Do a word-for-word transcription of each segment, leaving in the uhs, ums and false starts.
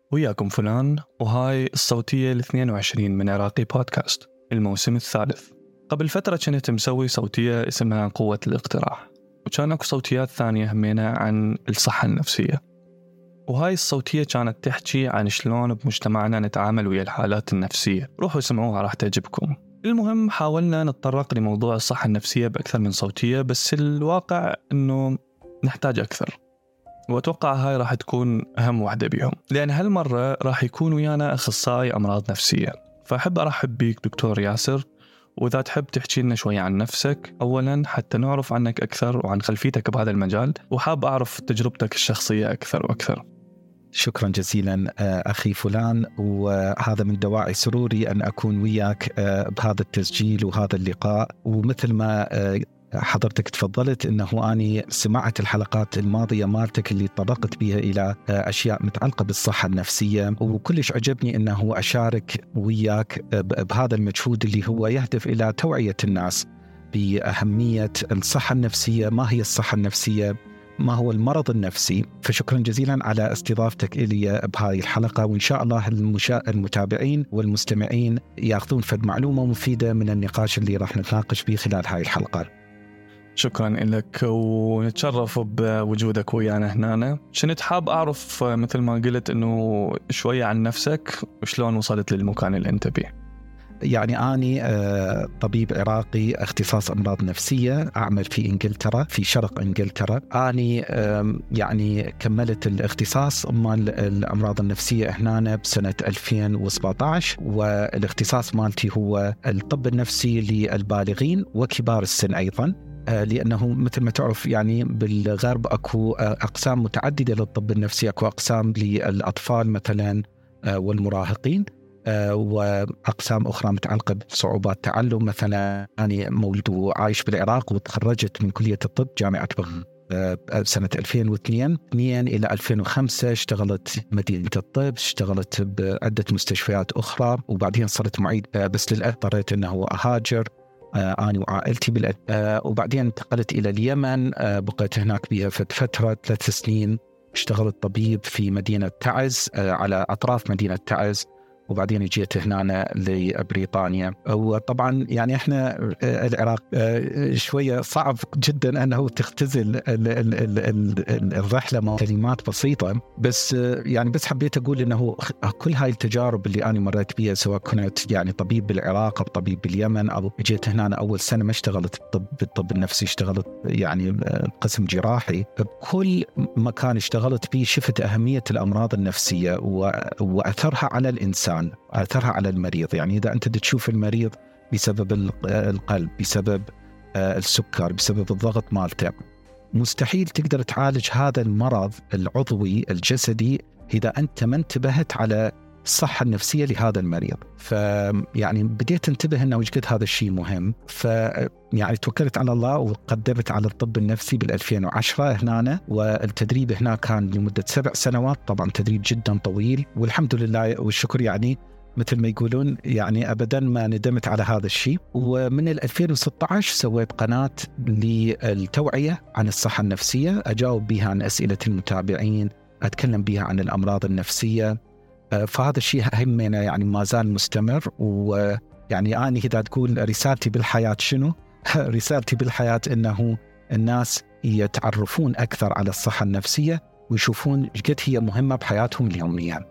وياكم فلان، وهاي الصوتية الاثنين وعشرين من عراقي بودكاست الموسم الثالث. قبل فترة كنت مسوي صوتية اسمها قوة الاقتراح، وكان اكو صوتيات ثانية همينة عن الصحة النفسية. وهاي الصوتية كانت تحكي عن شلون بمجتمعنا نتعامل ويا الحالات النفسية. روحوا سمعوها راح تعجبكم. المهم حاولنا نتطرق لموضوع الصحة النفسية بأكثر من صوتية، بس الواقع انه نحتاج أكثر، وأتوقع هاي راح تكون أهم واحدة بيهم، لأن هالمرة راح يكون ويانا أخصائي أمراض نفسية. فأحب أرحب بيك دكتور ياسر، وإذا تحب تحكي لنا شوية عن نفسك أولاً حتى نعرف عنك أكثر وعن خلفيتك بهذا المجال، وحاب أعرف تجربتك الشخصية أكثر وأكثر. شكرا جزيلا أخي فلان، وهذا من دواعي سروري أن أكون وياك بهذا التسجيل وهذا اللقاء. ومثل ما حضرتك تفضلت أنه أني سمعت الحلقات الماضية مالتك اللي طرقت بها إلى أشياء متعلقة بالصحة النفسية، وكلش عجبني أنه أشارك وياك بهذا المجهود اللي هو يهدف إلى توعية الناس بأهمية الصحة النفسية. ما هي الصحة النفسية؟ ما هو المرض النفسي؟ فشكرا جزيلا على استضافتك إلي بهذه الحلقة، وإن شاء الله المشا... المتابعين والمستمعين يأخذون فد معلومة مفيدة من النقاش اللي راح نتناقش به خلال هذه الحلقة. شكرا لك، ونتشرف بوجودك ويانا هنا. كنت حاب أعرف مثل ما قلت أنه شوية عن نفسك وشلون وصلت للمكان اللي أنت بيه. يعني أني طبيب عراقي اختصاص أمراض نفسية، أعمل في إنجلترا، في شرق إنجلترا. أني يعني كملت الاختصاص مال الأمراض النفسية هنا بسنة ألفين وسبعة عشر، والاختصاص مالتي هو الطب النفسي للبالغين وكبار السن أيضا، لأنه مثل ما تعرف يعني بالغرب أكو أقسام متعددة للطب النفسي. أكو أقسام للأطفال مثلا والمراهقين، وأقسام أخرى متعلقة بصعوبات تعلم. مثلا أنا مولود وعايش بالعراق، وتخرجت من كلية الطب جامعة بغداد سنة ألفين واثنين إلى ألفين وخمسة. اشتغلت مدينة الطب، اشتغلت بعدة مستشفيات أخرى، وبعدين صرت معيد، بس للأسف اضطريت أنه أهاجر أنا وعائلتي بالأ... وبعدين انتقلت إلى اليمن. بقيت هناك بها فترة ثلاث سنين. اشتغلت طبيب في مدينة تعز، على أطراف مدينة تعز، وبعدين جيت هنا لبريطانيا. وطبعا يعني احنا العراق شوية صعب جدا أنه تختزل الرحلة مع كلمات بسيطة، بس يعني بس حبيت أقول أنه كل هاي التجارب اللي أنا مريت بيها، سواء كنت يعني طبيب بالعراق أو طبيب باليمن، أو جيت هنا أول سنة ما اشتغلت بالطب, بالطب النفسي، اشتغلت يعني قسم جراحي. بكل مكان اشتغلت بيه شفت أهمية الأمراض النفسية وأثرها على الإنسان، أثرها على المريض. يعني إذا أنت تشوف المريض بسبب القلب، بسبب السكر، بسبب الضغط مالته، مستحيل تقدر تعالج هذا المرض العضوي الجسدي إذا أنت ما انتبهت على الصحة النفسية لهذا المريض. فيعني بديت انتبه أنه وجد هذا الشيء مهم. فيعني توكلت على الله وقدمت على الطب النفسي بالألفين وعشرة هنا، والتدريب هنا كان لمدة سبع سنوات. طبعا تدريب جدا طويل، والحمد لله والشكر يعني مثل ما يقولون يعني أبدا ما ندمت على هذا الشيء. ومن ألفين وستة عشر سويت قناة للتوعية عن الصحة النفسية، أجاوب بها عن أسئلة المتابعين، أتكلم بها عن الأمراض النفسية. فهذا الشيء همنا يعني ما زال مستمر. ويعني أنا إذا تقول رسالتي بالحياة شنو؟ رسالتي بالحياة إنه الناس يتعرفون أكثر على الصحة النفسية ويشوفون قد هي مهمة بحياتهم اليومية.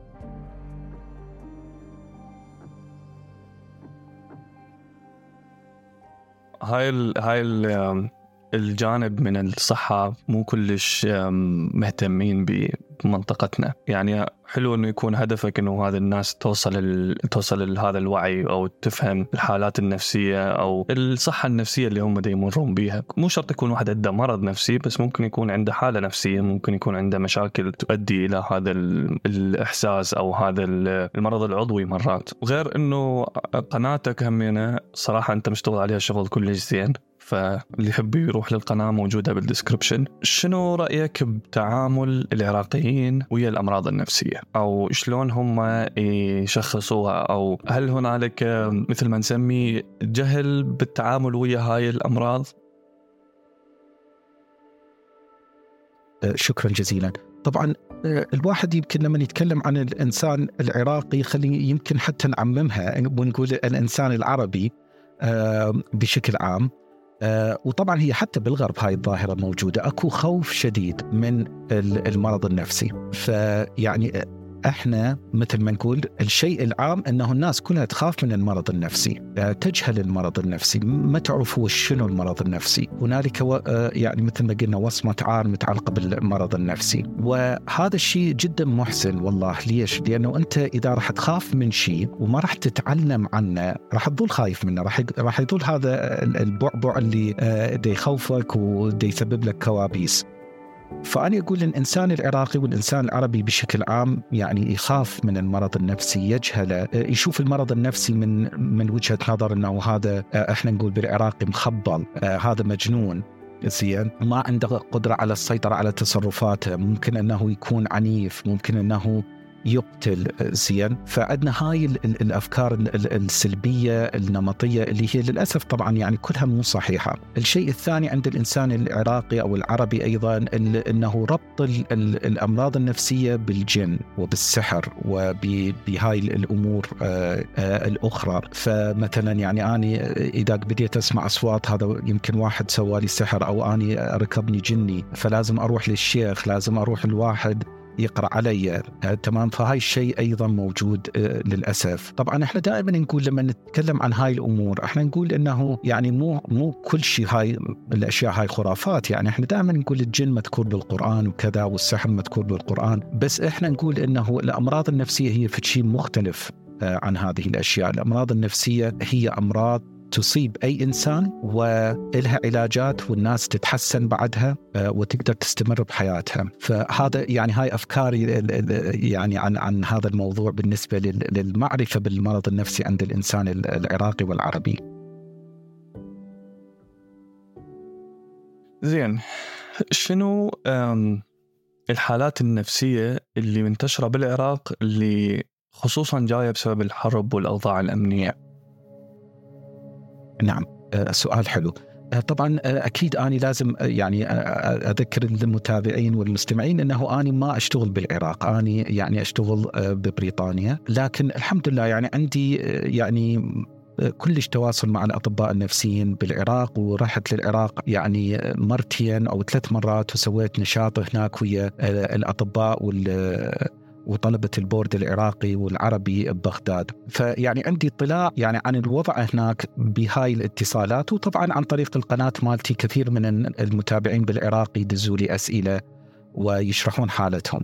هاي ال هاي ال الجانب من الصحة مو كلش مهتمين بمنطقتنا. يعني حلو إنه يكون هدفك إنه هذا الناس توصل ال... توصل لهذا الوعي، أو تفهم الحالات النفسية أو الصحة النفسية اللي هم دا يمرون بيها. مو شرط يكون واحد عنده مرض نفسي، بس ممكن يكون عنده حالة نفسية، ممكن يكون عنده مشاكل تؤدي إلى هذا ال... الإحساس أو هذا المرض العضوي مرات. وغير إنه قناتك همينة صراحة أنت مشتغل عليها شغل كلش زين، فاللي يحب يروح للقناة موجودة بالديسكريبشن. شنو رأيك بتعامل العراقيين ويا الأمراض النفسية، أو شلون هم يشخصوها، أو هل هنالك مثل ما نسمي جهل بالتعامل ويا هاي الأمراض؟ شكرا جزيلا. طبعا الواحد يمكن لما يتكلم عن الإنسان العراقي خلي يمكن حتى نعممها ونقول الإنسان العربي بشكل عام. وطبعا هي حتى بالغرب هاي الظاهرة موجودة، أكو خوف شديد من المرض النفسي. فيعني احنا مثل ما نقول الشيء العام انه الناس كلها تخاف من المرض النفسي، تجهل المرض النفسي، ما تعرف هو شنو المرض النفسي. هنالك يعني مثل ما قلنا وصمة عار متعلقة بالمرض النفسي، وهذا الشيء جدا محزن والله. ليش؟ لانه انت اذا راح تخاف من شيء وما راح تتعلم عنه راح تظل خايف منه، راح راح يظل هذا البعبع اللي دا يخوفك ودا يسبب لك كوابيس. فأنا أقول الإنسان العراقي والإنسان العربي بشكل عام يعني يخاف من المرض النفسي، يجهله، يشوف المرض النفسي من من وجهة نظر أنه هذا إحنا نقول بالعراقي مخبل، هذا مجنون زين، ما عنده قدرة على السيطرة على تصرفاته، ممكن أنه يكون عنيف، ممكن أنه يقتل زين. فعندنا هاي الأفكار السلبية النمطية اللي هي للأسف طبعا يعني كلها مو صحيحة. الشيء الثاني عند الإنسان العراقي أو العربي أيضا أنه ربط الأمراض النفسية بالجن وبالسحر وبهاي الأمور الأخرى. فمثلا يعني أنا إذا بديت أسمع أصوات هذا يمكن واحد سوالي سحر، أو أنا ركبني جني فلازم أروح للشيخ، لازم أروح الواحد يقرأ علي. تمام. فهاي الشيء أيضا موجود للأسف. طبعا احنا دائما نقول لما نتكلم عن هاي الأمور احنا نقول انه يعني مو مو كل شيء هاي الأشياء هاي خرافات. يعني احنا دائما نقول الجن مذكور بالقرآن وكذا والسحر مذكور بالقرآن، بس احنا نقول انه الأمراض النفسية هي في شيء مختلف عن هذه الأشياء. الأمراض النفسية هي أمراض تصيب أي إنسان وإلها علاجات والناس تتحسن بعدها وتقدر تستمر بحياتها. فهذا يعني هاي أفكاري يعني عن عن هذا الموضوع بالنسبة للمعرفة بالمرض النفسي عند الإنسان العراقي والعربي. زين، شنو الحالات النفسية اللي منتشرة بالعراق اللي خصوصا جاية بسبب الحرب والأوضاع الأمنية؟ نعم، سؤال حلو. طبعا أكيد أنا لازم يعني أذكر المتابعين والمستمعين أنه أنا ما أشتغل بالعراق، أنا يعني أشتغل ببريطانيا، لكن الحمد لله يعني عندي يعني كلش تواصل مع الأطباء النفسيين بالعراق، ورحت للعراق يعني مرتين أو ثلاث مرات وسويت نشاط هناك ويا الأطباء وال وطلبة البورد العراقي والعربي ببغداد. فيعني عندي اطلاع يعني عن الوضع هناك بهاي الاتصالات، وطبعا عن طريق القناة مالتي كثير من المتابعين بالعراق يدزوا لي أسئلة ويشرحون حالتهم.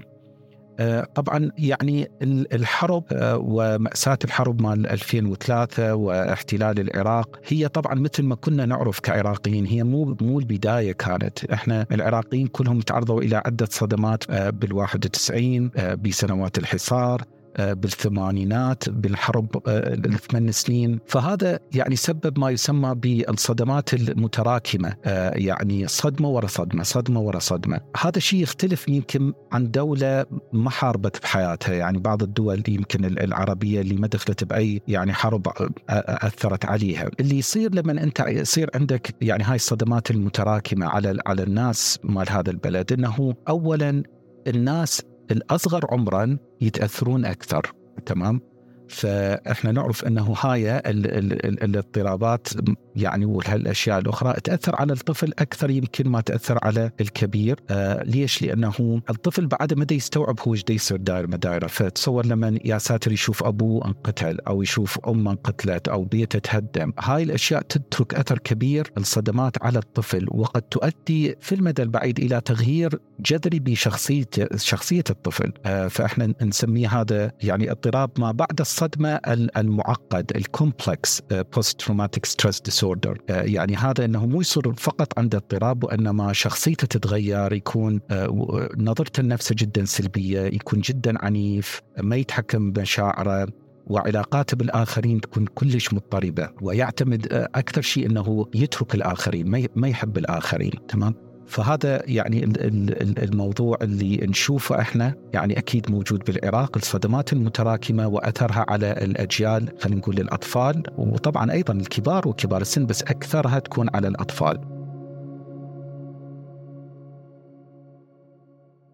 طبعا يعني الحرب ومأساة الحرب مال ألفين وثلاثة واحتلال العراق هي طبعا مثل ما كنا نعرف كعراقيين هي مو مو البداية كانت. احنا العراقيين كلهم تعرضوا إلى عدة صدمات بالواحد وتسعين، بسنوات الحصار، بالثمانينات، بالحرب الثمان سنين. فهذا يعني سبب ما يسمى بالصدمات المتراكمة، يعني صدمة ورا صدمة، صدمة ورا صدمة. هذا شيء يختلف يمكن عن دولة ما حاربت بحياتها. يعني بعض الدول يمكن العربية اللي ما دخلت بأي يعني حرب أثرت عليها. اللي يصير لما أنت يصير عندك يعني هاي الصدمات المتراكمة على على الناس مال هذا البلد، إنه أولا الناس الأصغر عمراً يتأثرون أكثر. تمام. فإحنا نعرف أنه هاي الاضطرابات يعني وهالأشياء الأخرى تأثر على الطفل أكثر يمكن ما تأثر على الكبير. آه ليش؟ لأنه الطفل بعد ما دا يستوعب هو ايش دا يصير داير ما دايره. فتصور لما يا ساتر يشوف أبوه انقتل أو يشوف أمه انقتلت أو بيته تهدم، هاي الأشياء تترك أثر كبير، الصدمات على الطفل، وقد تؤدي في المدى البعيد إلى تغيير جذري بشخصية شخصية الطفل. آه فإحنا نسميه هذا يعني اضطراب ما بعد الصدمة المعقد، الكومبلكس بوست تروماتيك ستريس ديسوردر. يعني هذا أنه مو يصير فقط عند اضطراب، وإنما شخصيته تتغير، يكون نظرته لنفسه جدا سلبية، يكون جدا عنيف، ما يتحكم بمشاعره، وعلاقاته بالآخرين تكون كلش مضطربة، ويعتمد أكثر شيء أنه يترك الآخرين، ما يحب الآخرين. تمام. فهذا يعني الموضوع اللي نشوفه احنا يعني اكيد موجود بالعراق، الصدمات المتراكمه واثرها على الاجيال، خلينا نقول الاطفال، وطبعا ايضا الكبار وكبار السن، بس اكثرها تكون على الاطفال.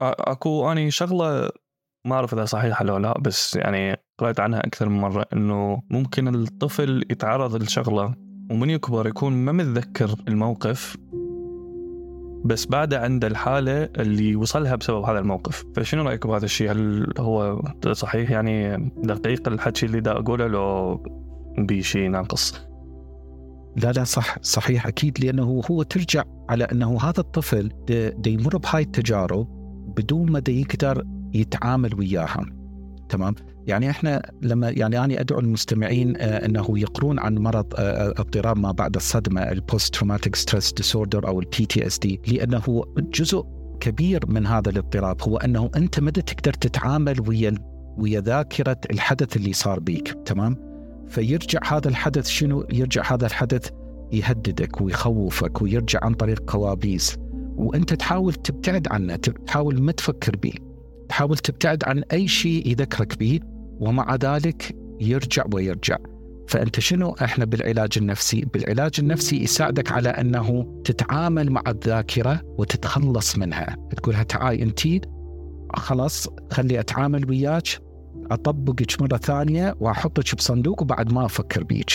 اكو اني شغله ما اعرف اذا صحيحه ولا لا، بس يعني قرأت عنها اكثر من مره، انه ممكن الطفل يتعرض لشغله ومن يكبر يكون ما متذكر الموقف، بس بعد عند الحالة اللي وصلها بسبب هذا الموقف. فشنو رأيك بهذا الشيء؟ هل هو صحيح يعني دقيق الحكي اللي دا أقوله لو بشيء ناقص؟ لا لا صح صحيح أكيد، لأنه هو ترجع على أنه هذا الطفل دا يمر بهاي التجارب بدون ما دا يقدر يتعامل وياها. تمام؟ يعني احنا لما يعني أنا أدعو المستمعين أنه يقرون عن مرض اضطراب ما بعد الصدمة، البوست تروماتيك ستريس ديسوردر أو البي تي اس دي، لأنه جزء كبير من هذا الاضطراب هو أنه أنت ما تقدر تتعامل ويا ويا ذاكرة الحدث اللي صار بيك. تمام؟ فيرجع هذا الحدث شنو؟ يرجع هذا الحدث يهددك ويخوفك ويرجع عن طريق كوابيس، وأنت تحاول تبتعد عنه، تحاول ما تفكر به، تحاول تبتعد عن أي شيء يذكرك به، ومع ذلك يرجع ويرجع. فأنت شنو؟ إحنا بالعلاج النفسي، بالعلاج النفسي يساعدك على أنه تتعامل مع الذاكرة وتتخلص منها، تقولها تعاي أنتي خلاص خلي أتعامل وياك، أطبقك مرة ثانية وأحطك بصندوق وبعد ما أفكر بيك.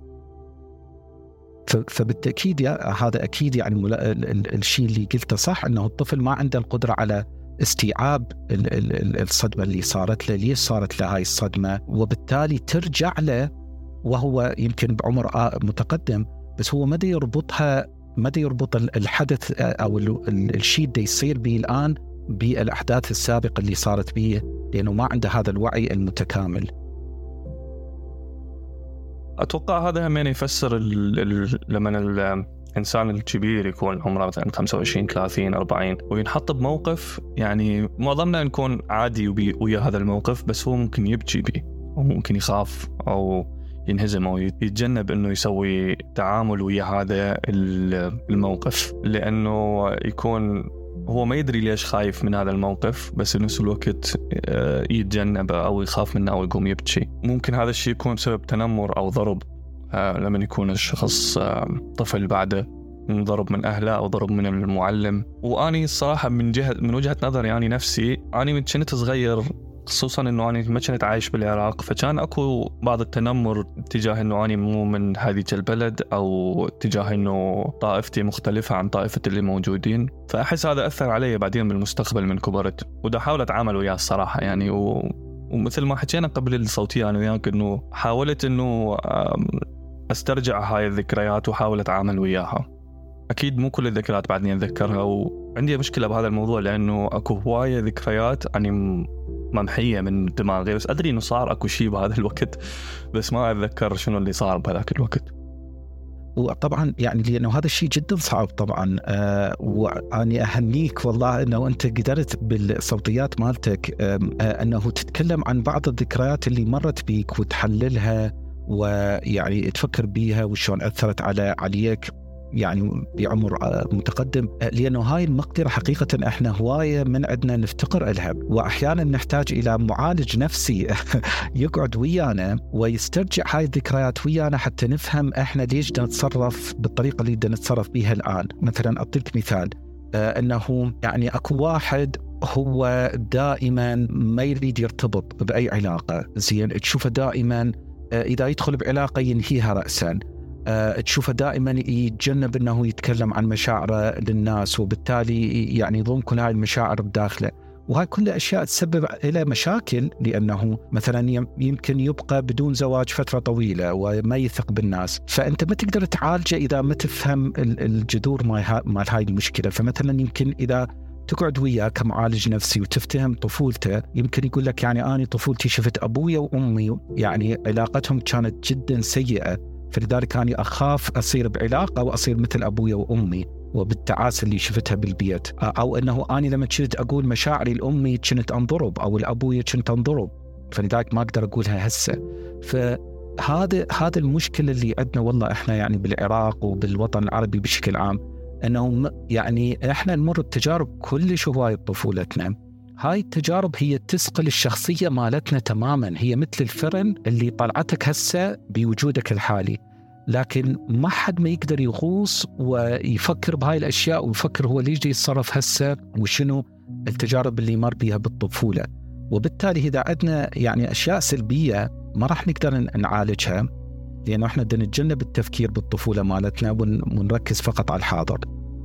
فبالتأكيد هذا أكيد يعني الشيء اللي قلته صح، أنه الطفل ما عنده القدرة على استيعاب الصدمة اللي صارت له، ليش صارت له هاي الصدمة، وبالتالي ترجع له وهو يمكن بعمر متقدم، بس هو مدى يربطها مدى يربط الحدث أو الشيء اللي يصير به الآن بالأحداث السابقة اللي صارت به، لأنه ما عنده هذا الوعي المتكامل. أتوقع هذا هم يعني يفسر لما الإنسان الكبير يكون عمره مثلا خمسة وعشرين ثلاثين أربعين وينحط بموقف، يعني معظمنا نكون عادي ويا هذا الموقف، بس هو ممكن يبكي به أو ممكن يخاف أو ينهزم أو يتجنب إنه يسوي تعامل ويا هذا الموقف، لأنه يكون هو ما يدري ليش خايف من هذا الموقف، بس بنفس الوقت يتجنب أو يخاف منه أو يقوم يبكي. ممكن هذا الشيء يكون بسبب تنمر أو ضرب، لما يكون الشخص طفل بعده ضرب من أهله أو ضرب من المعلم. وأني الصراحة من جهة من وجهة نظري يعني نفسي، أنا من كنت صغير خصوصا إنه أنا ما كنت عايش بالعراق، فكان أكو بعض التنمر تجاه إنه أنا مو من هذه البلد أو تجاه إنه طائفتي مختلفة عن طائفة اللي موجودين. فأحس هذا أثر علي بعدين بالمستقبل من كبرت، وده حاول أتعامل وياه الصراحة يعني. و... ومثل ما حكينا قبل الصوتية أنا وياك، إنه حاولت إنه أسترجع هاي الذكريات وحاول أتعامل وياها. أكيد مو كل الذكريات بعدني أتذكرها، وعندي مشكلة بهذا الموضوع لأنه أكو هواية ذكريات يعني ممحية من دماغي، بس أدري إنه صار أكو شيء بهذا الوقت، بس ما أتذكر شنو اللي صار بهذاك الوقت. وطبعا يعني لأنه هذا الشيء جدا صعب طبعا. آه وأني أهنيك والله أنه أنت قدرت بالصوتيات مالتك آه أنه تتكلم عن بعض الذكريات اللي مرت بيك وتحللها، ويعني تفكر بيها وشون أثرت على عليك يعني بعمر متقدم، لأنه هاي المقدرة حقيقة إحنا هواية من عندنا نفتقر إلها، وأحيانا نحتاج إلى معالج نفسي يقعد ويانا ويسترجع هاي الذكريات ويانا حتى نفهم إحنا ليش نتصرف بالطريقة اللي بدنا نتصرف بها الآن. مثلا أعطيك مثال، أنه يعني أكو واحد هو دائما ما يريد يرتبط بأي علاقة، زين تشوفه دائما إذا يدخل بعلاقة ينهيها رأسا، أه تشوفه دائما يتجنب أنه يتكلم عن مشاعره للناس، وبالتالي يعني يضم كل هاي المشاعر بداخله، وهاي كل أشياء تسبب إلى مشاكل، لأنه مثلا يمكن يبقى بدون زواج فترة طويلة وما يثق بالناس. فأنت ما تقدر تعالجه إذا ما تفهم الجذور مال هاي المشكلة. فمثلا يمكن إذا تقعد وياه كمعالج نفسي وتفتهم طفولته، يمكن يقول لك يعني أنا طفولتي شفت أبويا وأمي يعني علاقتهم كانت جدا سيئة، فلذلك أنا أخاف أصير بعلاقة وأصير مثل أبويا وأمي وبالتعاسة اللي شفتها بالبيت، أو أنه أنا لما كنت أقول مشاعري لأمي كنت أنضرب أو الأبويا كنت أنضرب، فلذلك ما أقدر أقولها هسه. فهذا هذا المشكلة اللي عندنا والله إحنا يعني بالعراق وبالوطن العربي بشكل عام، أنه يعني إحنا نمر بتجارب كلش هواية بطفولتنا. هاي التجارب هي تسقل الشخصية مالتنا تماما، هي مثل الفرن اللي طلعتك هسه بوجودك الحالي، لكن ما حد ما يقدر يغوص ويفكر بهاي الأشياء ويفكر هو ليش دي يتصرف هسه وشنو التجارب اللي مر بيها بالطفولة. وبالتالي إذا عندنا يعني أشياء سلبية ما راح نقدر نعالجها، لأنه إحنا بدنا نتجنب التفكير بالطفولة مالتنا ونركز فقط على الحاضر.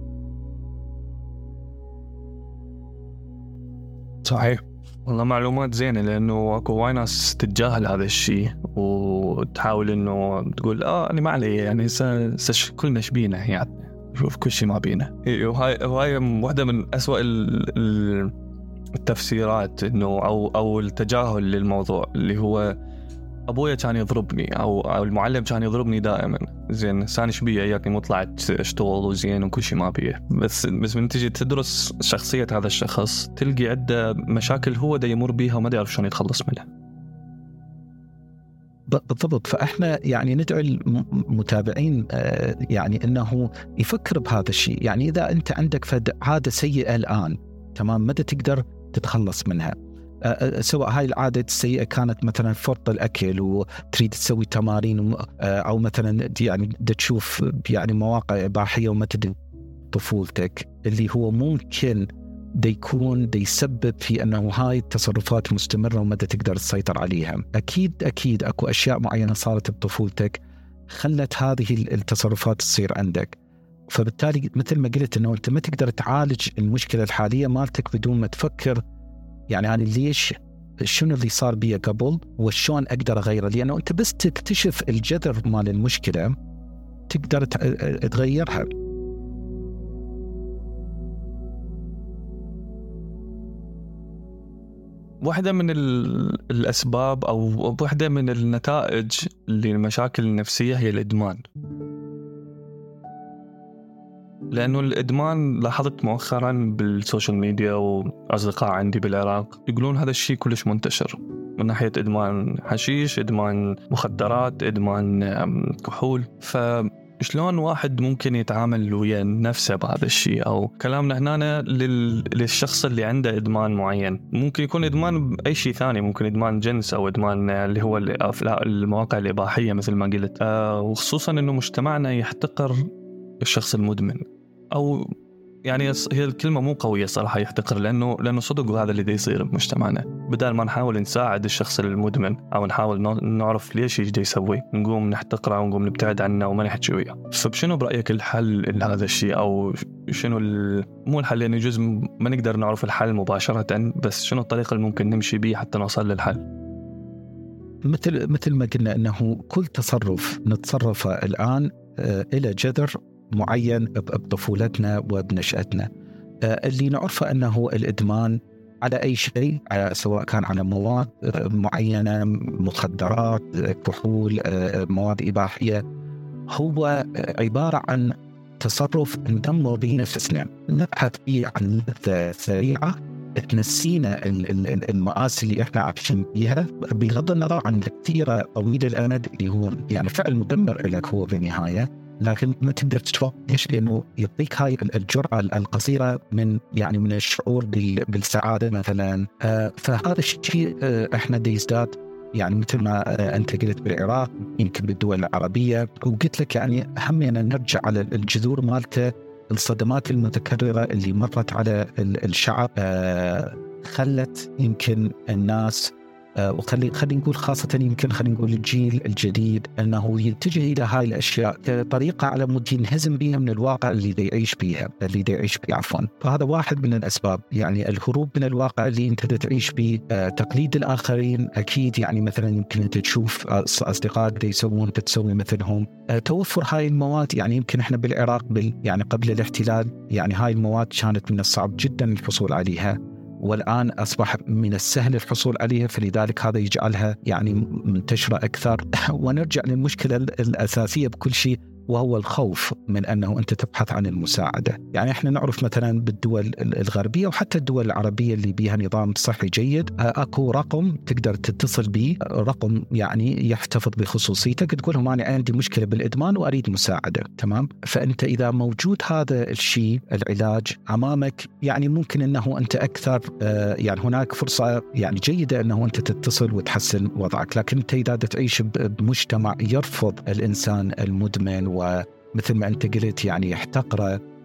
صحيح، والله معلومات زينة، لأنه أكو وايد ناس تتجاهل هذا الشيء وتحاول إنه تقول آه أنا ما علي، يعني سش كلنا شبينا، يعني شوف كل شيء ما بينا. وهاي وهاي واحدة من أسوأ التفسيرات إنه أو أو التجاهل للموضوع، اللي هو أبويا كان يضربني أو أو المعلم كان يضربني دائما. زين ثاني شبيه ياكني مطلعت اشتغل وزين وكل شيء ما بيه، بس بس من تيجي تدرس شخصية هذا الشخص تلقي عنده مشاكل هو دا يمر بيها وما يعرف شلون يتخلص منها. بالضبط. فإحنا يعني ندعو المتابعين يعني أنه يفكر بهذا الشيء. يعني إذا أنت عندك فد عادة سيئة الآن، تمام، متى تقدر تتخلص منها؟ سواء هاي العادة السيئة كانت مثلا فرط الأكل وتريد تسوي تمارين، أو مثلا يعني تشوف يعني مواقع إباحية وما تدري طفولتك، اللي هو ممكن دي يكون دي يسبب في أنه هاي التصرفات مستمرة وما تقدر تسيطر عليها. أكيد أكيد أكو أشياء معينة صارت بطفولتك خلت هذه التصرفات تصير عندك. فبالتالي مثل ما قلت أنه أنت ما تقدر تعالج المشكلة الحالية مالتك بدون ما تفكر يعني أنا ليش، شنو اللي صار بي قبل وشون أقدر أغيره. لأنه أنت بس تكتشف الجذر مال المشكلة تقدر تغيرها. واحدة من الأسباب أو واحدة من النتائج للمشاكل النفسية هي الإدمان. لأنه الإدمان لاحظت مؤخراً بالسوشيال ميديا وأصدقاء عندي بالعراق يقولون هذا الشيء كلش منتشر، من ناحية إدمان حشيش، إدمان مخدرات، إدمان كحول. فشلون واحد ممكن يتعامل ويا نفسه بهذا الشيء؟ أو كلامنا هنا لل... للشخص اللي عنده إدمان معين، ممكن يكون إدمان أي شيء ثاني، ممكن إدمان جنس أو إدمان اللي هو المواقع الإباحية مثل ما قلت. أه وخصوصاً إنه مجتمعنا يحتقر الشخص المدمن، أو يعني هي الكلمة مو قوية صراحة يحتقر، لأنه لأنه صدق هذا اللي يصير بمجتمعنا. بدل ما نحاول نساعد الشخص المدمن أو نحاول نعرف ليش يجي يسوي، نقوم نحتقره ونقوم نبتعد عنه وما نحكي وياه. فبشنو برأيك الحل لهذا الشيء؟ أو شنو ال... مو الحل، لأنه جزء ما نقدر نعرف الحل مباشرة، بس شنو الطريقة اللي ممكن نمشي بيه حتى نوصل للحل؟ مثل مثل ما قلنا أنه كل تصرف نتصرفه الآن إلى جذر معين بطفولتنا وبنشأتنا. اللي نعرفه أنه الإدمان على أي شيء، سواء كان على مواد معينة، مخدرات، كحول، مواد إباحية، هو عبارة عن تصرف ندمر به نفسنا، نبحث فيه عن لذة سريعة تنسينا المآسي اللي احنا عايشين فيها، بغض النظر عن تأثيره طويل الأمد اللي هو يعني فعل مدمر لك هو بالنهاية. لكن ما تقدر تتوقع ليش، لأنه يعطيك هاي الجرعة القصيرة من يعني من الشعور بالسعادة مثلا. فهذا الشيء احنا دي يزداد يعني مثل ما أنت قلت بالعراق، يمكن بالدول العربية. وقلت لك يعني أهمنا نرجع على الجذور مالته، الصدمات المتكررة اللي مرت على الشعب خلت يمكن الناس، وخلي خلي نقول خاصة يمكن خلي نقول الجيل الجديد، أنه يتجه إلى هاي الأشياء كطريقة على مود ينهزم بها من الواقع اللي دي يعيش بيها اللي دي يعيش بيه عفوا. فهذا واحد من الأسباب، يعني الهروب من الواقع اللي أنت تعيش به. تقليد الآخرين أكيد، يعني مثلا يمكن أنت تشوف أصدقاء دي يسوون تسوي مثلهم. توفر هاي المواد، يعني يمكن إحنا بالعراق بال يعني قبل الاحتلال يعني هاي المواد كانت من الصعب جدا الحصول عليها، والآن أصبح من السهل الحصول عليها، فلذلك هذا يجعلها يعني منتشرة أكثر. ونرجع للمشكلة الأساسية بكل شيء، وهو الخوف من أنه أنت تبحث عن المساعدة. يعني إحنا نعرف مثلا بالدول الغربية وحتى الدول العربية اللي بيها نظام صحي جيد، أكو رقم تقدر تتصل به، رقم يعني يحتفظ بخصوصيتك، تقول لهم أنا عندي مشكلة بالإدمان وأريد مساعدة، تمام. فأنت إذا موجود هذا الشيء العلاج أمامك، يعني ممكن أنه أنت أكثر يعني هناك فرصة يعني جيدة أنه أنت تتصل وتحسن وضعك. لكن أنت إذا تعيش بمجتمع يرفض الإنسان المدمن ومثل ما أنت قلت يعني يحتقره،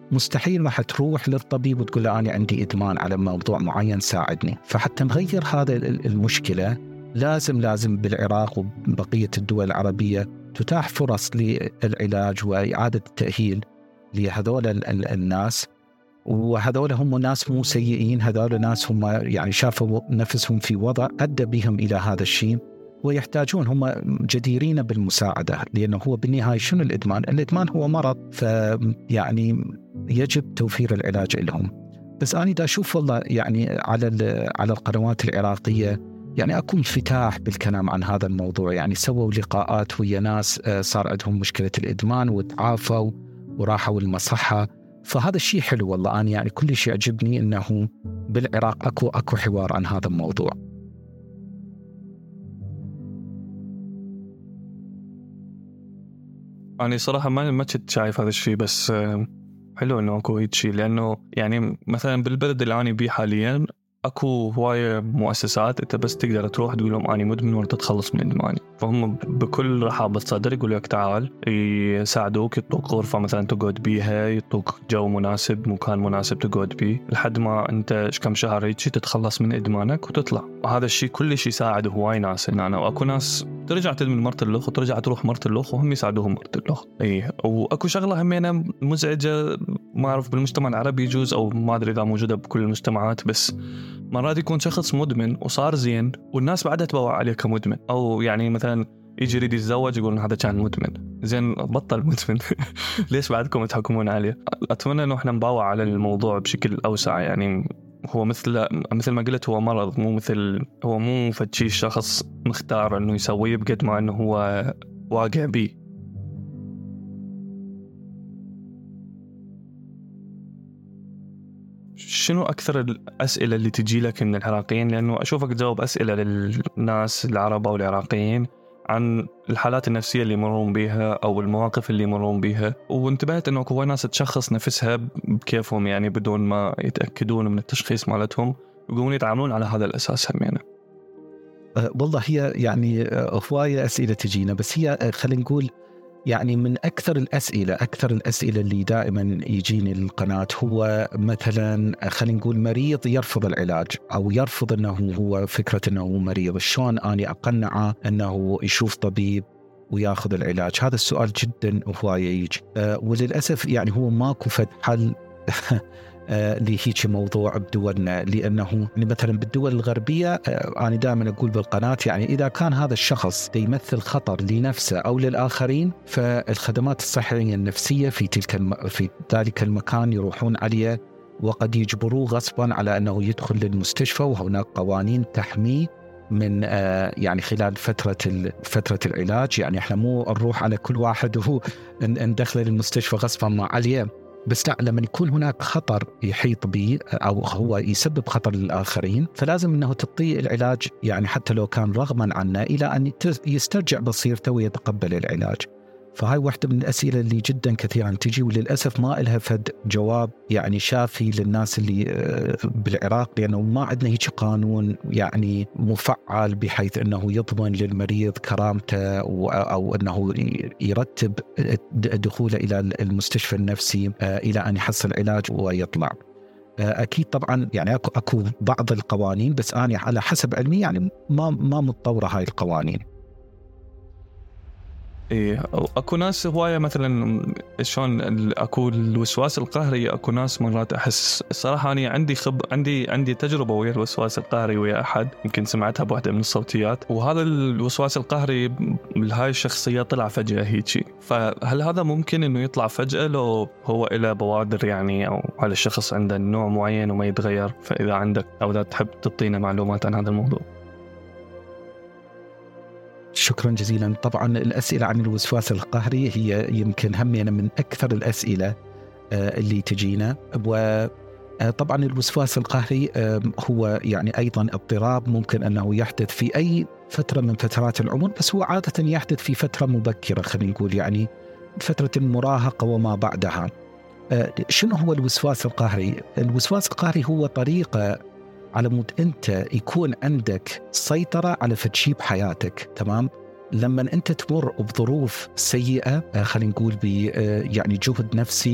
مستحيل راح تروح للطبيب وتقول له أنا عندي إدمان على موضوع معين ساعدني. فحتى نغير هذا المشكلة لازم لازم بالعراق وبقية الدول العربية تتاح فرص للعلاج وإعادة التأهيل لهذول الناس. وهذول هم ناس مو سيئين، هذول ناس هم يعني شافوا نفسهم في وضع أدى بهم إلى هذا الشيء ويحتاجون، هم جديرين بالمساعدة، لأنه هو بالنهاية شنو الإدمان؟ الإدمان هو مرض، فيعني يجب توفير العلاج لهم. بس أنا دا أشوف والله يعني على على القنوات العراقية يعني أكون انفتاح بالكلام عن هذا الموضوع، يعني سووا لقاءات ويا ناس صار عندهم مشكلة الإدمان وتعافوا وراحوا المصحة. فهذا الشيء حلو والله. أنا يعني كل شيء يعجبني إنه بالعراق أكو أكو حوار عن هذا الموضوع. أنا صراحة ما ما كنت شايف هذا الشيء، بس حلو إنه أكو هيك شيء، لأنه يعني مثلا بالبلد اللي أنا بيه حاليا أكو هواية مؤسسات أنت بس تقدر تروح تقول لهم أنا مدمن وأنت تتخلص من إدماني، فهم بكل رحابة صدر يقول لك تعال، يساعدوك، يعطوك غرفة مثلا تقعد بيها، يعطوك جو مناسب، مكان مناسب تقعد بيه لحد ما أنت كم شهر هيك تتخلص من إدمانك وتطلع. وهذا الشيء كل شيء يساعد هواي ناس هنا. أنا وأكو ناس ترجع تدمن مرت اللخ وترجع تروح مرت اللخ وهم يساعدوهم مرت اللخ. إيه، وأكو شغلة همينة مزعجة ما أعرف بالمجتمع العربي يجوز أو ما أدري إذا موجودة بكل المجتمعات، بس مرات يكون شخص مدمن وصار زين والناس بعدها تبوع عليه كمدمن، أو يعني مثلا يجي يريد يتزوج يقولون هذا كان مدمن، زين بطل مدمن ليش بعدكم تحكمون عليه؟ أتمنى إنه إحنا نبوع على الموضوع بشكل أوسع. يعني هو مثل مثل ما قلت هو مرض، مو مثل هو مو فتشي شخص مختار إنه يسويه بقد ما إنه هو واقع بيه. شنو أكثر الأسئلة اللي تجي لك من العراقيين؟ لأنه أشوفك تجاوب أسئلة للناس العرب أو العراقيين عن الحالات النفسية اللي يمرون بها أو المواقف اللي يمرون بها، وانتبهت أنه هو ناس تشخص نفسها بكيفهم يعني بدون ما يتأكدون من التشخيص مالتهم، يقومون يتعاملون على هذا الأساس همينة. أه والله هي يعني هواية أسئلة تجينا، بس هي خلينا نقول يعني من أكثر الأسئلة أكثر الأسئلة اللي دائما يجيني للقناة هو مثلا خلينا نقول مريض يرفض العلاج أو يرفض أنه هو فكرة أنه مريض، شلون أنا أقنعه أنه يشوف طبيب ويأخذ العلاج؟ هذا السؤال جدا هواية يجي. أه وللأسف يعني هو ماكو فد حل آه لهيك موضوع بدولنا، لأنه يعني مثلا بالدول الغربية آه أنا دائما أقول بالقناة يعني إذا كان هذا الشخص يمثل خطر لنفسه أو للآخرين فالخدمات الصحية النفسية في تلك الم... في ذلك المكان يروحون عليه، وقد يجبروه غصبا على أنه يدخل للمستشفى، وهناك قوانين تحميه من آه يعني خلال فترة فترة العلاج. يعني إحنا مو نروح على كل واحد وهو ندخله للمستشفى غصبا ما عليه، بس لا، لما يكون هناك خطر يحيط به أو هو يسبب خطر للآخرين فلازم أنه تطيع العلاج، يعني حتى لو كان رغما عنه، إلى أن يسترجع بصيرته ويتقبل العلاج. فهاي واحدة من الأسئلة اللي جدا كثيرا تجي، وللأسف ما إلها فد جواب يعني شافي للناس اللي بالعراق، لأنه ما عندنا هيك قانون يعني مفعل بحيث أنه يضمن للمريض كرامته أو أنه يرتب دخوله إلى المستشفى النفسي إلى أن يحصل علاج ويطلع. أكيد طبعا يعني أكو, أكو بعض القوانين، بس أنا على حسب علمي يعني ما ما متطورة هاي القوانين. إيه، أكو ناس هواية مثلا شلون أكو الوسواس القهري، أكو ناس مرات أحس صراحة أنا عندي خب عندي عندي تجربة ويا الوسواس القهري ويا أحد يمكن سمعتها بواحدة من الصوتيات، وهذا الوسواس القهري لهاي الشخصية طلع فجأة هيجي. فهل هذا ممكن إنه يطلع فجأة لو هو إلى بوادر يعني، أو على الشخص عنده نوع معين وما يتغير؟ فإذا عندك أو إذا تحب تعطينا معلومات عن هذا الموضوع. شكرا جزيلا. طبعا الأسئلة عن الوسواس القهري هي يمكن همينة من أكثر الأسئلة اللي تجينا. وطبعا الوسواس القهري هو يعني أيضا اضطراب ممكن أنه يحدث في أي فترة من فترات العمر، بس هو عادة يحدث في فترة مبكرة، خلينا نقول يعني فترة المراهقة وما بعدها. شنو هو الوسواس القهري؟ الوسواس القهري هو طريقة على مود أنت يكون عندك سيطرة على فتشي بحياتك، تمام؟ لما أنت تمر بظروف سيئة، خلينا نقول ب يعني جهد نفسي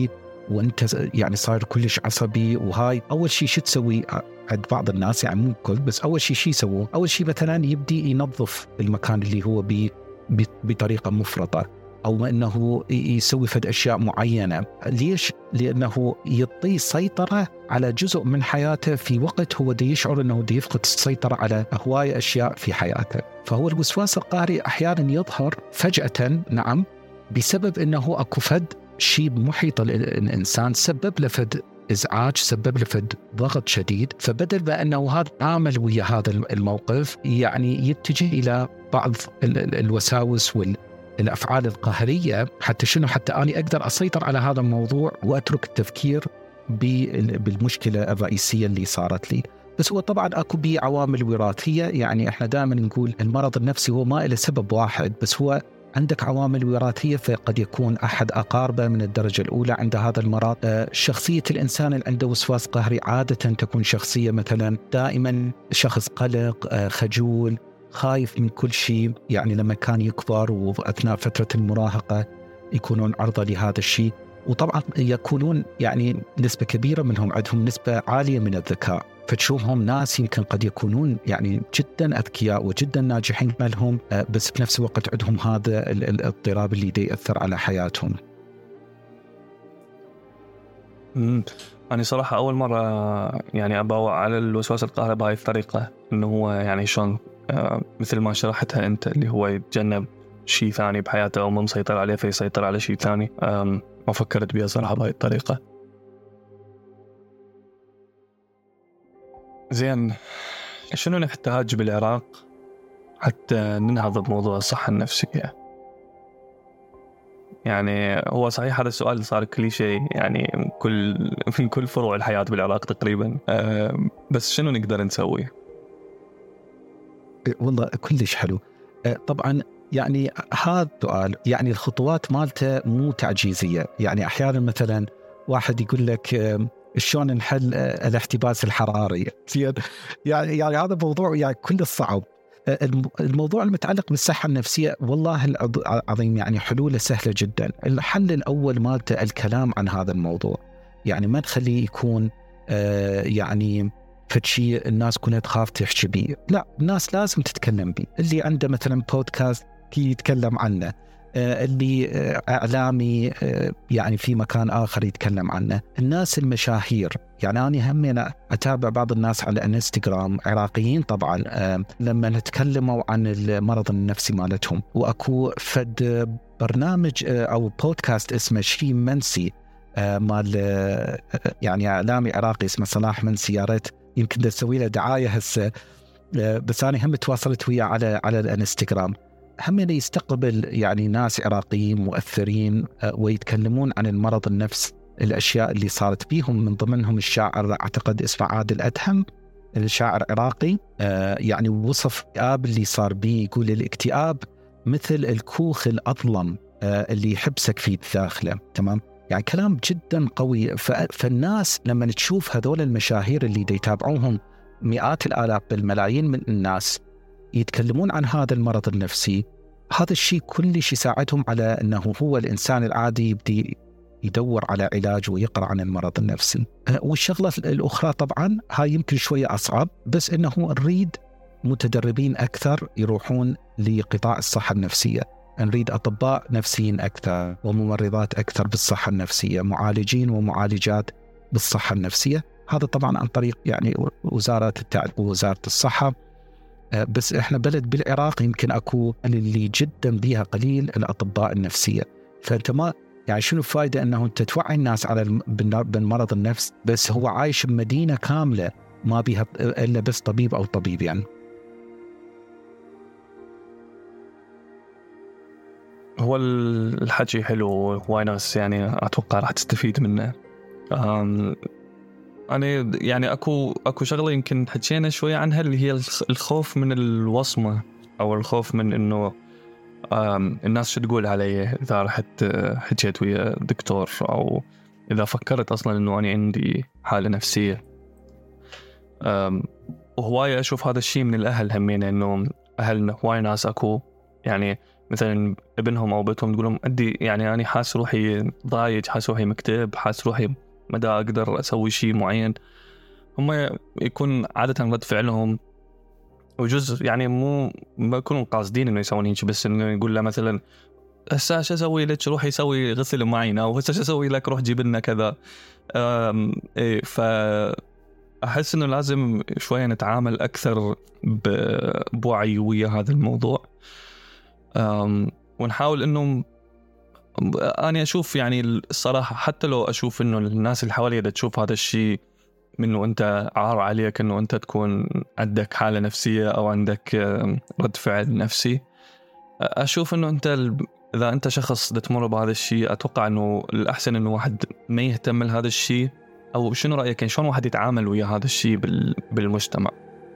وانت يعني صاير كلش عصبي. وهاي اول شيء شو تسوي عند بعض الناس، يعني مو الكل، بس اول شيء شو يسوون؟ اول شيء مثلا يبدي ينظف المكان اللي هو بي بطريقه مفرطه، او انه يسوي فد اشياء معينه. ليش؟ لانه يعطي سيطره على جزء من حياته في وقت هو دي يشعر انه دي يفقد السيطره على هوايه اشياء في حياته. فهو الوسواس القهري احيانا يظهر فجاه، نعم، بسبب انه اكو فد شيء محيط الانسان سبب له فد ازعاج، سبب له فد ضغط شديد، فبدل ما انه هذا عامل ويا هذا الموقف يعني يتجه الى بعض الوساوس وال الأفعال القهرية، حتى شنو؟ حتى أنا أقدر أسيطر على هذا الموضوع وأترك التفكير بالمشكلة الرئيسية اللي صارت لي. بس هو طبعا أكو بي عوامل وراثية، يعني إحنا دائما نقول المرض النفسي هو ما إله سبب واحد، بس هو عندك عوامل وراثية. فقد يكون أحد أقاربه من الدرجة الأولى عند هذا المرض. شخصية الإنسان اللي عنده وسواس قهري عادة تكون شخصية مثلا دائما شخص قلق، خجول، خايف من كل شيء. يعني لما كان يكبر وأثناء فترة المراهقة يكونون عرضة لهذا الشيء. وطبعا يكونون يعني نسبة كبيرة منهم عندهم نسبة عالية من الذكاء، فتشوفهم ناس يمكن قد يكونون يعني جدا أذكياء وجدا ناجحين مالهم، بس بنفس الوقت عندهم هذا الاضطراب اللي دي يأثر على حياتهم. امم أنا صراحة أول مرة يعني أباوع على الوسواس القهري بهاي الطريقة، إنه هو يعني شلون آه مثل ما شرحتها أنت، اللي هو يتجنب شيء ثاني بحياته أو ما مسيطر عليه فيسيطر على شيء ثاني. ما فكرت بها صراحة بهاي الطريقة. زين، شنو نحتاج بالعراق حتى ننهض بموضوع الصحة النفسية؟ يعني هو صحيح هذا السؤال صار كليشيه يعني من كل من كل فروع الحياة بالعراق تقريبا، أه بس شنو نقدر نسوي؟ والله كلش حلو. أه طبعا يعني هذا السؤال يعني الخطوات مالته مو تعجيزية. يعني أحيانا مثلا واحد يقول لك أه شلون نحل أه الاحتباس الحراري. يعني يعني هذا موضوع يعني كل الصعب. الموضوع المتعلق بالصحة النفسية والله العظيم يعني حلوله سهلة جدا. الحل الأول مالته الكلام عن هذا الموضوع، يعني ما نخليه يكون آه يعني فتشي الناس كلها تخاف تحكي بيه. لا، الناس لازم تتكلم بيه. اللي عنده مثلا بودكاست كي يتكلم عنه، آه اللي آه إعلامي آه يعني في مكان آخر يتكلم عنه، الناس المشاهير. يعني أنا هم أنا أتابع بعض الناس على الانستغرام عراقيين طبعا آه لما نتكلموا عن المرض النفسي مالتهم، وأكو فد برنامج آه أو بودكاست اسمه شي منسي آه مال آه يعني إعلامي عراقي اسمه صلاح منسي. يا ريت يمكن تسوي له دعاية هسه، آه بس أنا هم تواصلت وياه على على الانستغرام. هم يستقبل يعني ناس عراقيين مؤثرين آه ويتكلمون عن المرض النفسي، الأشياء اللي صارت بيهم. من ضمنهم الشاعر أعتقد اسمه عادل أدهم، الشاعر عراقي آه يعني وصف الاكتئاب اللي صار بيه. يقول الاكتئاب مثل الكوخ الأظلم آه اللي يحبسك في داخله. تمام، يعني كلام جدا قوي. فالناس لما تشوف هذول المشاهير اللي يتابعوهم مئات الآلاف بالملايين من الناس يتكلمون عن هذا المرض النفسي، هذا الشيء كلش يساعدهم على أنه هو الإنسان العادي يبدي يدور على علاج ويقرأ عن المرض النفسي. والشغلة الأخرى طبعا هاي يمكن شوية أصعب، بس أنه نريد متدربين أكثر يروحون لقطاع الصحة النفسية. نريد أطباء نفسيين أكثر وممرضات أكثر بالصحة النفسية، معالجين ومعالجات بالصحة النفسية. هذا طبعا عن طريق يعني وزارة التعليم ووزارة الصحة. بس إحنا بلد بالعراق يمكن أكو اللي جدا بيها قليل الأطباء النفسية. فأنت ما يعني شنو الفائدة أنه أنت توعي الناس على بالمرض النفس بس هو عايش بمدينة كاملة ما بيها إلا بس طبيب أو طبيب. يعني هو الحكي حلو وهواي ناس يعني أتوقع راح تستفيد منه. أنا يعني أكو أكو شغلة يمكن حكينا شوية عنها، اللي هي الخوف من الوصمة، أو الخوف من إنه الناس شو تقول علي إذا رحت حكيت ويا دكتور، أو إذا فكرت أصلا إنه أنا عندي حالة نفسية. وهواية أشوف هذا الشيء من الأهل همين، إنه أهلنا هواي ناس أكو يعني مثلا ابنهم أو بنتهم تقول لهم أدي يعني أنا حاس روحي ضايج، حاس روحي مكتئب، حاس روحي مدى أقدر أسوي شيء معين، هم يكون عادة رد فعلهم وجزء يعني مو ما يكونوا قاصدين إنه يسوون هيك، بس إنه يقول له مثلا هسه شو أسوي لك، روح يسوي غسل معينة، أو هسه شو أسوي لك، روح جيب لنا كذا. إيه فأحس إنه لازم شوية نتعامل أكثر بوعي ويا هذا الموضوع، ونحاول إنه أنا أشوف يعني الصراحة حتى لو أشوف إنه الناس اللي حوالي دا تشوف هذا الشيء منه أنت عار عليك إنه أنت تكون عندك حالة نفسية أو عندك رد فعل نفسي، أشوف إنه أنت إذا أنت شخص دا تمر بهذا الشيء أتوقع إنه الأحسن إنه واحد ما يهتم لهذا الشيء. أو شنو رأيك، يعني شلون واحد يتعامل ويا هذا الشيء بالمجتمع؟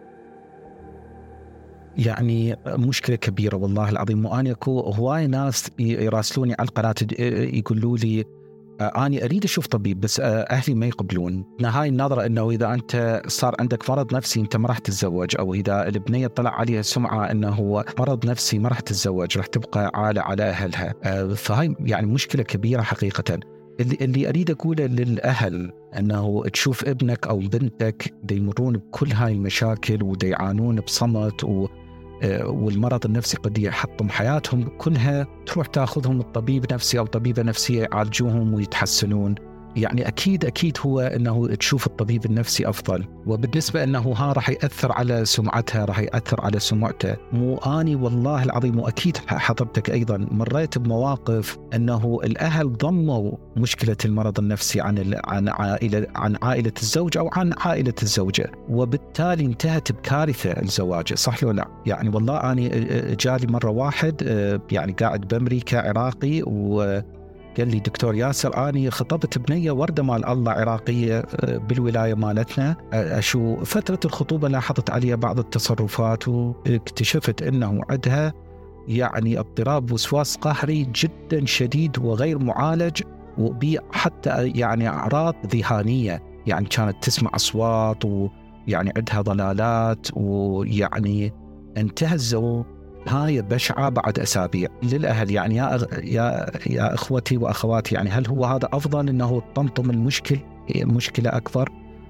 يعني مشكلة كبيرة والله العظيم. وأنا أكو هواي ناس يراسلوني على القناة يقولوا لي أنا أريد أشوف طبيب بس أهلي ما يقبلون. هاي النظرة أنه إذا أنت صار عندك مرض نفسي أنت ما راح تتزوج، أو إذا البنية طلع عليها سمعة أنه هو مرض نفسي ما راح تتزوج، راح تبقى عالة على أهلها. فهاي يعني مشكلة كبيرة حقيقة. اللي, اللي أريد أقوله للأهل أنه تشوف ابنك أو بنتك دي يمرون بكل هاي المشاكل ودي يعانون بصمت و والمرض النفسي قد يحطم حياتهم كلها، تروح تأخذهم الطبيب نفسي أو طبيبة نفسية يعالجوهم ويتحسنون. يعني أكيد أكيد هو أنه تشوف الطبيب النفسي أفضل. وبالنسبة أنه ها راح يأثر على سمعتها، راح يأثر على سمعته، مو آني والله العظيم وأكيد حضرتك أيضا مريت بمواقف أنه الأهل ضموا مشكلة المرض النفسي عن عن عائلة عن عائلة الزوج أو عن عائلة الزوجة، وبالتالي انتهت بكارثة الزواج. صح ولا لا؟ يعني والله أنا جالي مرة واحد يعني قاعد بأمريكا عراقي و قال لي دكتور ياسر أنا خطبت بنية وردة مال الله عراقية بالولاية مالتنا، أشو فترة الخطوبة لاحظت عليها بعض التصرفات واكتشفت أنه عندها يعني اضطراب وسواس قهري جدا شديد وغير معالج، وبي حتى يعني أعراض ذهانية، يعني كانت تسمع أصوات ويعني عندها ضلالات، ويعني انتهى الزواج هاي بشعة بعد أسابيع. للأهل يعني يا أغ... يا يا إخوتي وأخواتي، يعني هل هو هذا أفضل إنه تطمطم المشكلة مشكلة أكبر؟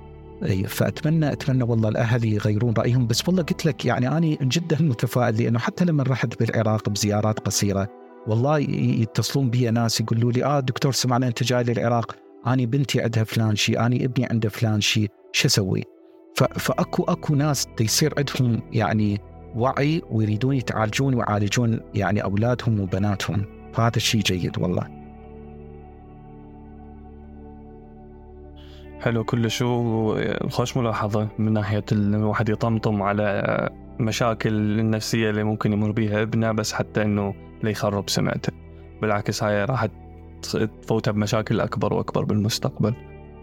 فأتمنى أتمنى والله الأهل يغيرون رأيهم. بس والله قلت لك يعني أنا جدا متفائل، لأنه حتى لما رحت بالعراق بزيارات قصيرة والله يتصلون بي ناس يقولوا لي آه دكتور سمعنا أنت جاي للعراق، أنا بنتي عندها فلان شيء، أنا ابني عنده فلان شيء، شو أسوي؟ ف... فأكو أكو ناس يصير عندهم يعني وعي ويريدون يتعالجون ويعالجون يعني أولادهم وبناتهم، فهذا الشيء جيد والله. حلو كل شو خوش ملاحظة من ناحية الواحد يطمطم على مشاكل النفسية اللي ممكن يمر بيها ابنه، بس حتى إنه لا يخرب سمعته، بالعكس هاي راح تفوتها بمشاكل أكبر وأكبر بالمستقبل.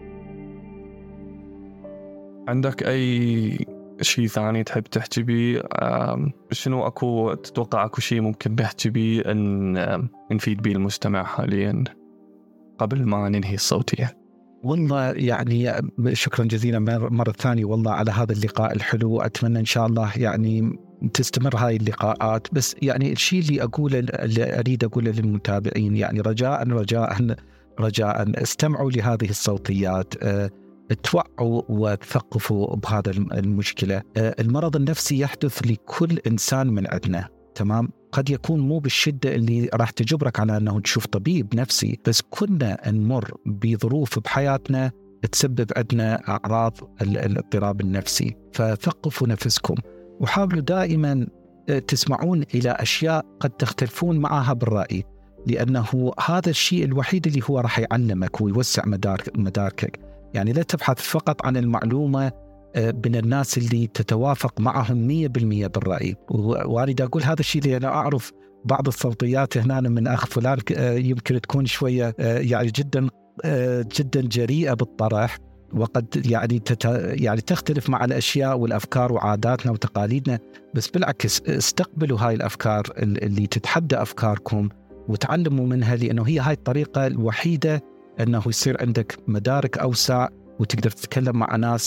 عندك أي شيء ثاني تحب تحكي بيه؟ شنو أكو تتوقع أكو شيء ممكن بحكي بيه أن نفيد بيه المجتمع حاليا قبل ما ننهي الصوتية؟ والله يعني شكرا جزيلا مرة ثانية والله على هذا اللقاء الحلو. أتمنى إن شاء الله يعني تستمر هاي اللقاءات. بس يعني الشيء اللي أقوله اللي أريد أقوله للمتابعين يعني رجاء رجاء رجاء استمعوا لهذه الصوتيات، توعوا وتثقفوا بهذا المشكلة. المرض النفسي يحدث لكل إنسان من عندنا، تمام؟ قد يكون مو بالشدة اللي راح تجبرك على أنه تشوف طبيب نفسي، بس كنا نمر بظروف بحياتنا تسبب عندنا أعراض الاضطراب النفسي. فثقفوا نفسكم وحاولوا دائما تسمعون إلى أشياء قد تختلفون معها بالرأي، لأنه هذا الشيء الوحيد اللي هو راح يعلمك ويوسع مدارك مداركك. يعني لا تبحث فقط عن المعلومة من الناس اللي تتوافق معهم مية بالمية بالرأي. وأريد أقول هذا الشيء لأن أعرف بعض الصوتيات هنا من أخ فلان يمكن تكون شوية يعني جدا جدا جريئة بالطرح، وقد يعني تت يعني تختلف مع الأشياء والأفكار وعاداتنا وتقاليدنا. بس بالعكس استقبلوا هاي الأفكار اللي تتحدى أفكاركم وتعلموا منها، لأنه هي هاي الطريقة الوحيدة أنه يصير عندك مدارك أوسع وتقدر تتكلم مع ناس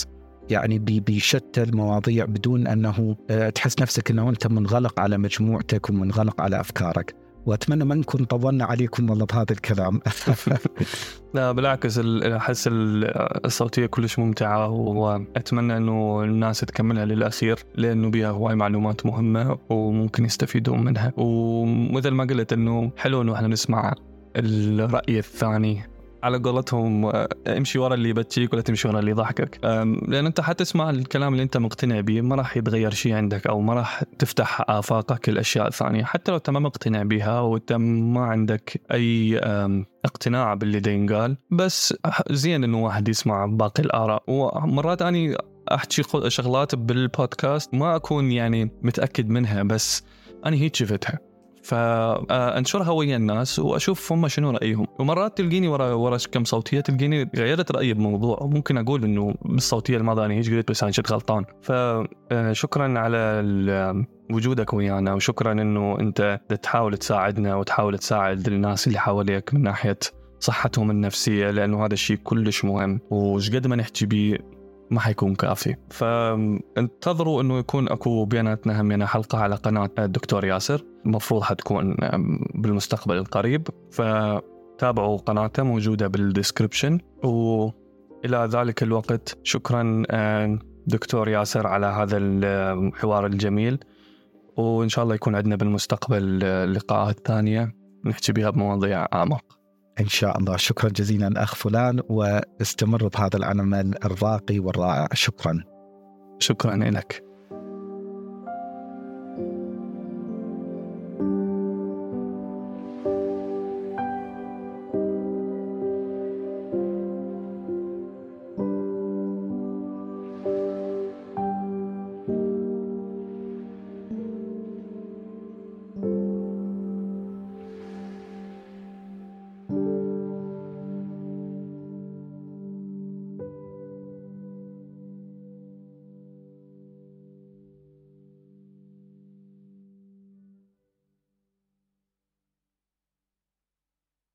يعني بشتى المواضيع بدون أنه تحس نفسك أنه أنت منغلق على مجموعتك ومنغلق على أفكارك. وأتمنى ما نكون طولنا عليكم والله بهذا الكلام. لا بالعكس، أحس الصوتية كلش ممتعة، وأتمنى أنه الناس تكملها للأخير لأنه بيها هواي معلومات مهمة وممكن يستفيدون منها. ومثل ما قلت أنه حلو أنه احنا نسمع الرأي الثاني، على قولتهم امشي ورا اللي يبتيك ولا تمشي ورا اللي يضحكك، لأن أنت حتسمع الكلام اللي أنت مقتنع به ما راح يتغير شيء عندك، أو ما راح تفتح آفاقك الأشياء الثانية، حتى لو أنت ما مقتنع بها وأنت ما عندك أي اقتناع باللي دينقال. بس زين إنه واحد يسمع باقي الآراء. ومرات أنا أحكي شغلات بالبودكاست ما أكون يعني متأكد منها، بس أنا هيك شفتها فأنشرها ويا الناس وأشوف هم شنو رأيهم. ومرات تلقيني ورا ورا كم صوتية تلقيني غيرت رأيي بموضوع، وممكن أقول إنه بالصوتية الماضية أنا هيك قلت بس أنا شد غلطان. فشكرا على وجودك ويانا، وشكرا إنه أنت تحاول تساعدنا وتحاول تساعد الناس اللي حواليك من ناحية صحتهم النفسية، لأنه هذا الشيء كلش مهم، وشقد ما نحكي بيه ما حيكون كافي. فانتظروا انه يكون اكو بيناتنا همنا حلقة على قناة الدكتور ياسر، المفروض حتكون بالمستقبل القريب، فتابعوا قناته موجودة بالديسكريبشن. وإلى ذلك الوقت شكرا دكتور ياسر على هذا الحوار الجميل، وإن شاء الله يكون عندنا بالمستقبل لقاءات ثانية نحكي بها بمواضيع أعمق إن شاء الله. شكرا جزيلا أخ فلان، واستمر بهذا العمل الراقي والرائع. شكرا. شكرا لك.